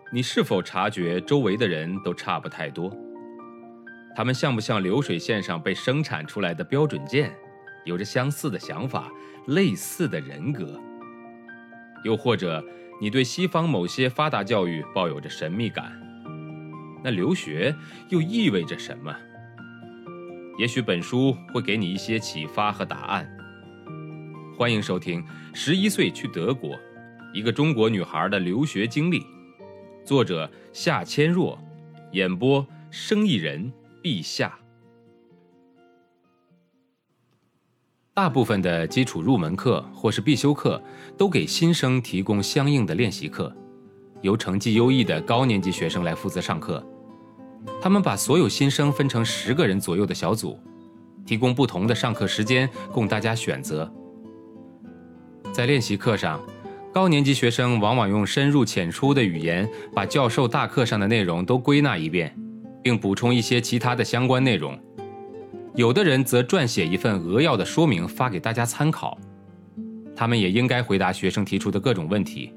你是否察觉周围的人都差不太多？他们像不像流水线上被生产出来的标准件，有着相似的想法，类似的人格？又或者你对西方某些发达教育抱有着神秘感，那留学又意味着什么？也许本书会给你一些启发和答案。欢迎收听11岁去德国，一个中国女孩的留学经历，作者夏千若，演播生意人陛下。大部分的基础入门课或是必修课都给新生提供相应的练习课，由成绩优异的高年级学生来负责上课。他们把所有新生分成10个人左右的小组，提供不同的上课时间供大家选择。在练习课上，高年级学生往往用深入浅出的语言把教授大课上的内容都归纳一遍，并补充一些其他的相关内容。有的人则撰写一份扼要的说明发给大家参考。他们也应该回答学生提出的各种问题。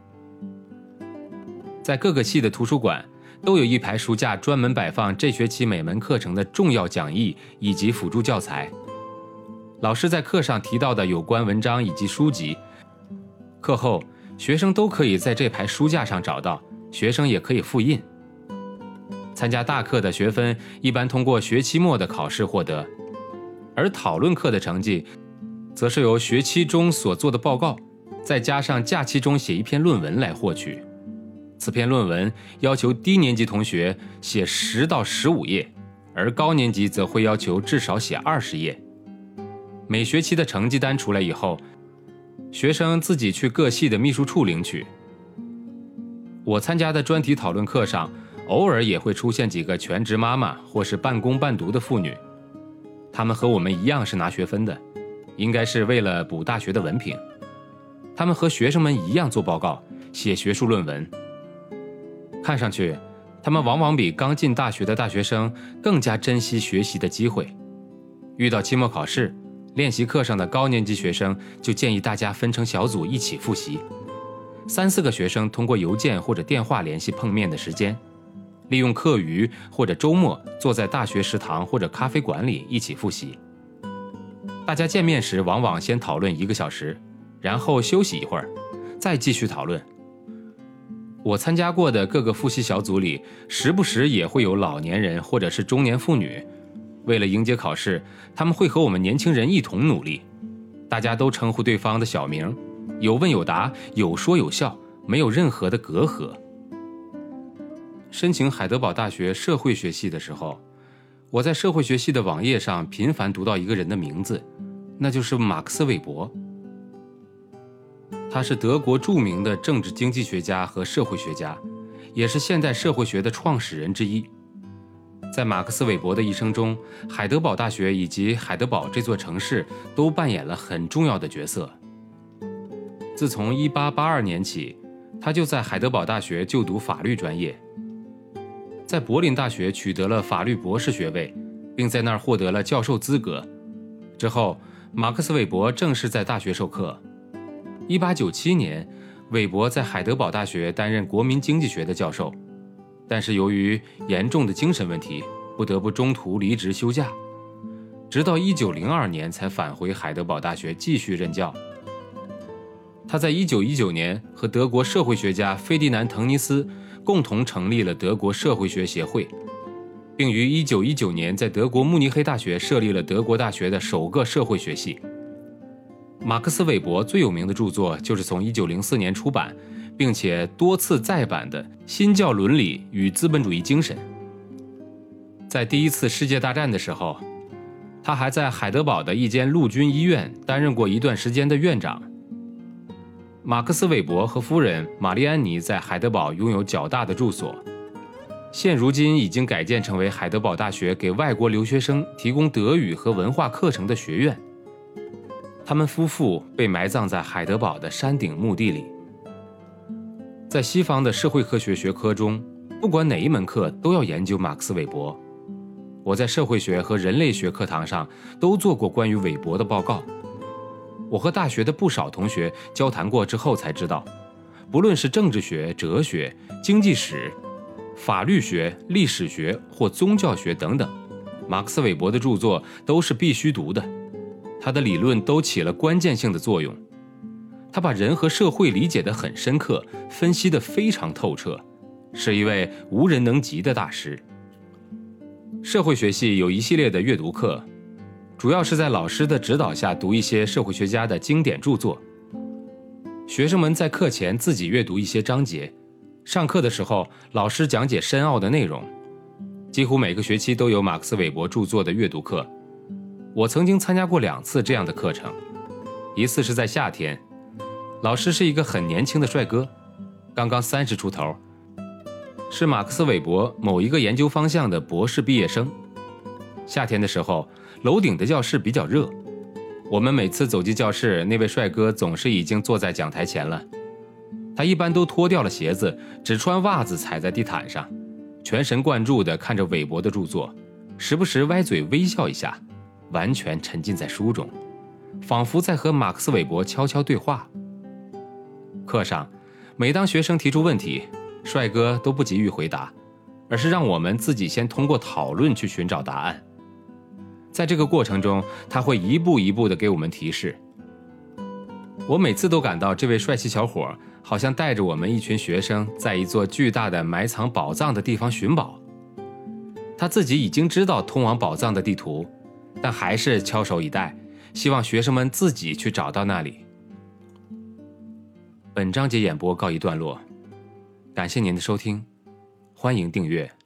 在各个系的图书馆都有一排书架专门摆放这学期每门课程的重要讲义以及辅助教材。老师在课上提到的有关文章以及书籍，课后学生都可以在这排书架上找到，学生也可以复印。参加大课的学分一般通过学期末的考试获得，而讨论课的成绩则是由学期中所做的报告再加上假期中写一篇论文来获取。此篇论文要求低年级同学写10到15页，而高年级则会要求至少写20页。每学期的成绩单出来以后，学生自己去各系的秘书处领取。我参加的专题讨论课上，偶尔也会出现几个全职妈妈或是半工半读的妇女，她们和我们一样是拿学分的，应该是为了补大学的文凭。她们和学生们一样做报告，写学术论文。看上去，她们往往比刚进大学的大学生更加珍惜学习的机会。遇到期末考试，练习课上的高年级学生就建议大家分成小组一起复习。3、4个学生通过邮件或者电话联系碰面的时间，利用课余或者周末坐在大学食堂或者咖啡馆里一起复习。大家见面时往往先讨论1个小时，然后休息一会儿，再继续讨论。我参加过的各个复习小组里，时不时也会有老年人或者是中年妇女。为了迎接考试，他们会和我们年轻人一同努力。大家都称呼对方的小名，有问有答，有说有笑，没有任何的隔阂。申请海德堡大学社会学系的时候，我在社会学系的网页上频繁读到一个人的名字，那就是马克思韦伯。他是德国著名的政治经济学家和社会学家，也是现代社会学的创始人之一。在马克思韦伯的一生中，海德堡大学以及海德堡这座城市都扮演了很重要的角色。自从1882年起，他就在海德堡大学就读法律专业，在柏林大学取得了法律博士学位，并在那儿获得了教授资格。之后，马克思韦伯正式在大学授课。1897年，韦伯在海德堡大学担任国民经济学的教授，但是由于严重的精神问题，不得不中途离职休假，直到1902年才返回海德堡大学继续任教。他在1919年和德国社会学家费迪南·滕尼斯共同成立了德国社会学协会，并于1919年在德国慕尼黑大学设立了德国大学的首个社会学系。马克思韦伯最有名的著作就是从1904年出版并且多次再版的《新教伦理与资本主义精神》。在第1次世界大战的时候，他还在海德堡的一间陆军医院担任过一段时间的院长。马克思韦伯和夫人玛丽安妮在海德堡拥有较大的住所，现如今已经改建成为海德堡大学给外国留学生提供德语和文化课程的学院。他们夫妇被埋葬在海德堡的山顶墓地里。在西方的社会科学学科中，不管哪一门课都要研究马克思韦伯。我在社会学和人类学课堂上都做过关于韦伯的报告。我和大学的不少同学交谈过之后才知道， 不论是政治学、哲学、经济史、法律学、历史学或宗教学等等，马克思韦伯的著作都是必须读的。他的理论都起了关键性的作用。他把人和社会理解得很深刻，分析得非常透彻，是一位无人能及的大师。社会学系有一系列的阅读课，主要是在老师的指导下读一些社会学家的经典著作。学生们在课前自己阅读一些章节，上课的时候老师讲解深奥的内容。几乎每个学期都有马克思韦伯著作的阅读课。我曾经参加过2次这样的课程，一次是在夏天，老师是一个很年轻的帅哥，刚刚30出头，是马克思韦伯某一个研究方向的博士毕业生。夏天的时候，楼顶的教室比较热，我们每次走进教室，那位帅哥总是已经坐在讲台前了。他一般都脱掉了鞋子，只穿袜子踩在地毯上，全神贯注地看着韦伯的著作，时不时歪嘴微笑一下，完全沉浸在书中，仿佛在和马克思韦伯悄悄对话。课上，每当学生提出问题，帅哥都不急于回答，而是让我们自己先通过讨论去寻找答案。在这个过程中，他会一步一步地给我们提示。我每次都感到这位帅气小伙好像带着我们一群学生在一座巨大的埋藏宝藏的地方寻宝。他自己已经知道通往宝藏的地图，但还是翘首以待，希望学生们自己去找到那里。本章节演播告一段落，感谢您的收听，欢迎订阅。